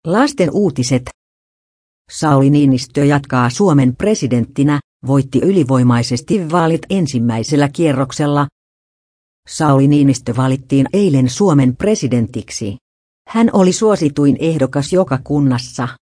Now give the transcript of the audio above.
Lasten uutiset. Sauli Niinistö jatkaa Suomen presidenttinä, voitti ylivoimaisesti vaalit ensimmäisellä kierroksella. Sauli Niinistö valittiin eilen Suomen presidentiksi. Hän oli suosituin ehdokas joka kunnassa.